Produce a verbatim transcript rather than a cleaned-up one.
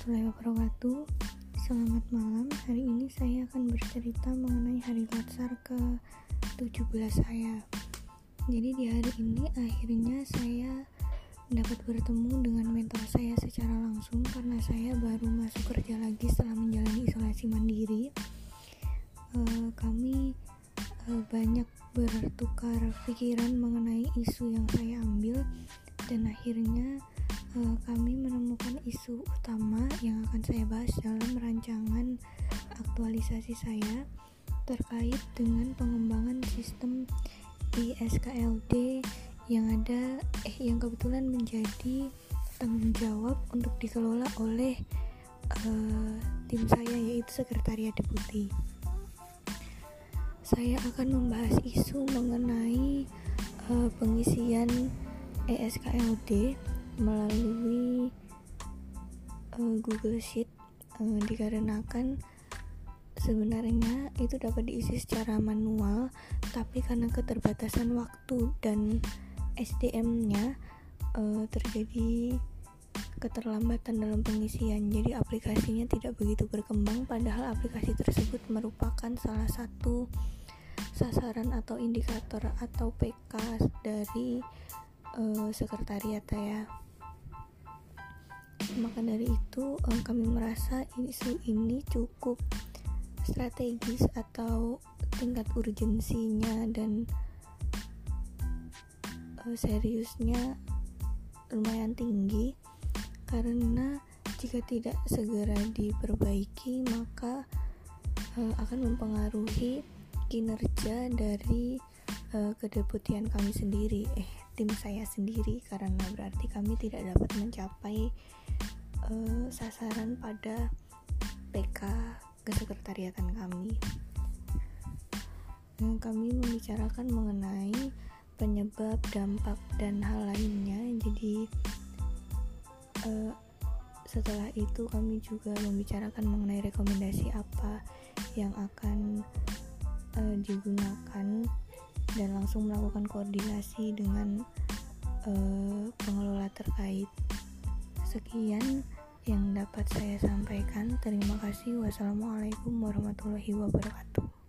warahmatullahi wabarakatuh. Selamat malam. Hari ini saya akan bercerita mengenai hari Latsar ke tujuh belas saya. Jadi di hari ini akhirnya saya dapat bertemu dengan mentor saya secara langsung karena saya baru masuk kerja lagi setelah menjalani isolasi mandiri. Uh, kami uh, banyak bertukar pikiran mengenai isu yang saya ambil dan akhirnya Uh, kami menemukan isu utama yang akan saya bahas dalam rancangan aktualisasi saya terkait dengan pengembangan sistem I S K L D yang ada eh yang kebetulan menjadi tanggung jawab untuk dikelola oleh uh, tim saya, yaitu Sekretariat Deputi. Saya akan membahas isu mengenai uh, pengisian I S K L D melalui uh, Google Sheet uh, dikarenakan sebenarnya itu dapat diisi secara manual, tapi karena keterbatasan waktu dan S D M-nya uh, terjadi keterlambatan dalam pengisian. Jadi aplikasinya tidak begitu berkembang, padahal aplikasi tersebut merupakan salah satu sasaran atau indikator atau P K dari uh, sekretariat ya. Maka dari itu um, kami merasa isu ini cukup strategis atau tingkat urgensinya dan uh, seriusnya lumayan tinggi, karena jika tidak segera diperbaiki maka uh, akan mempengaruhi kinerja dari uh, kedeputian kami sendiri eh tim saya sendiri, karena berarti kami tidak dapat mencapai Uh, sasaran pada P K kesekretariatan kami. Dan kami membicarakan mengenai penyebab, dampak, dan hal lainnya. Jadi uh, setelah itu kami juga membicarakan mengenai rekomendasi apa yang akan uh, digunakan dan langsung melakukan koordinasi dengan uh, pengelola terkait. Sekian yang dapat saya sampaikan. Terima kasih. Wassalamualaikum warahmatullahi wabarakatuh.